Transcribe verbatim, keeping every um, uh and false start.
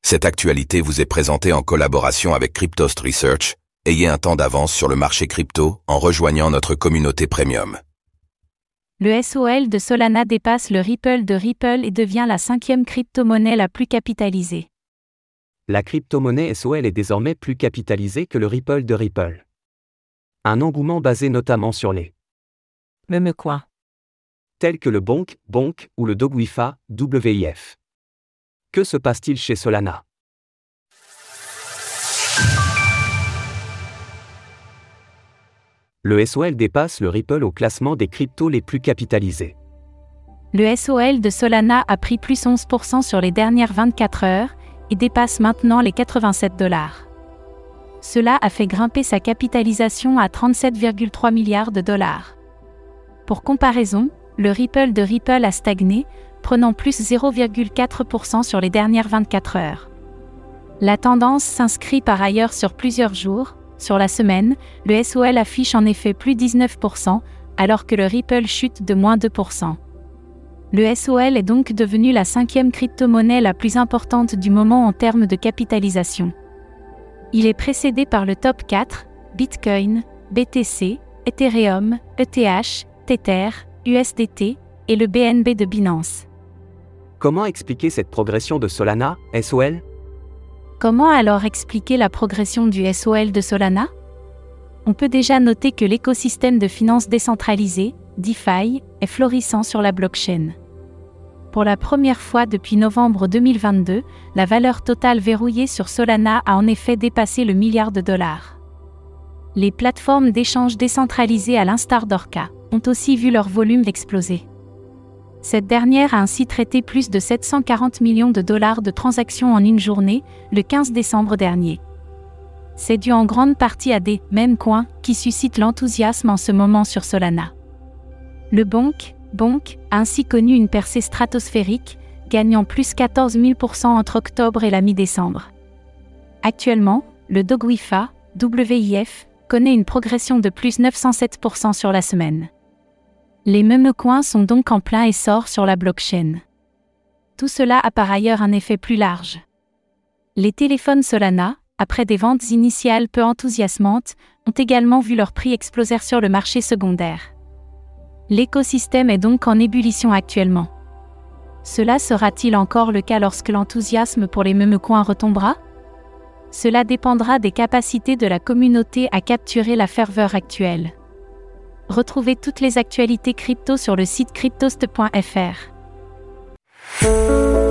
Cette actualité vous est présentée en collaboration avec Cryptost Research. Ayez un temps d'avance sur le marché crypto en rejoignant notre communauté premium. Le S O L de Solana dépasse le Ripple de Ripple et devient la cinquième crypto-monnaie la plus capitalisée. La crypto-monnaie S O L est désormais plus capitalisée que le Ripple de Ripple. Un engouement basé notamment sur les meme coins, tels que le Bonk, Bonk ou le Dogwifa, W I F. Que se passe-t-il chez Solana? Le S O L dépasse le Ripple au classement des cryptos les plus capitalisés. Le S O L de Solana a pris plus onze pour cent sur les dernières vingt-quatre heures et dépasse maintenant les quatre-vingt-sept dollars. Cela a fait grimper sa capitalisation à trente-sept virgule trois milliards de dollars. Pour comparaison, le Ripple de Ripple a stagné, prenant plus zéro virgule quatre pour cent sur les dernières vingt-quatre heures. La tendance s'inscrit par ailleurs sur plusieurs jours. Sur la semaine, le S O L affiche en effet plus dix-neuf pour cent, alors que le Ripple chute de moins deux pour cent. Le S O L est donc devenu la cinquième crypto-monnaie la plus importante du moment en termes de capitalisation. Il est précédé par le top quatre, Bitcoin, B T C, Ethereum, E T H, Tether, U S D T et le B N B de Binance. Comment expliquer cette progression de Solana, S O L? Comment alors expliquer la progression du S O L de Solana? On peut déjà noter que l'écosystème de finances décentralisées, DeFi, est florissant sur la blockchain. Pour la première fois depuis novembre deux mille vingt-deux, la valeur totale verrouillée sur Solana a en effet dépassé le milliard de dollars. Les plateformes d'échange décentralisées à l'instar d'Orca ont aussi vu leur volume exploser. Cette dernière a ainsi traité plus de sept cent quarante millions de dollars de transactions en une journée, le quinze décembre dernier. C'est dû en grande partie à des « meme coins » qui suscitent l'enthousiasme en ce moment sur Solana. Le Bonk, Bonk a ainsi connu une percée stratosphérique, gagnant plus quatorze mille pour cent entre octobre et la mi-décembre. Actuellement, le Dogwifa, W I F, connaît une progression de plus neuf cent sept pour cent sur la semaine. Les meme coins sont donc en plein essor sur la blockchain. Tout cela a par ailleurs un effet plus large. Les téléphones Solana, après des ventes initiales peu enthousiasmantes, ont également vu leur prix exploser sur le marché secondaire. L'écosystème est donc en ébullition actuellement. Cela sera-t-il encore le cas lorsque l'enthousiasme pour les meme coins retombera? Cela dépendra des capacités de la communauté à capturer la ferveur actuelle. Retrouvez toutes les actualités crypto sur le site cryptost point f r.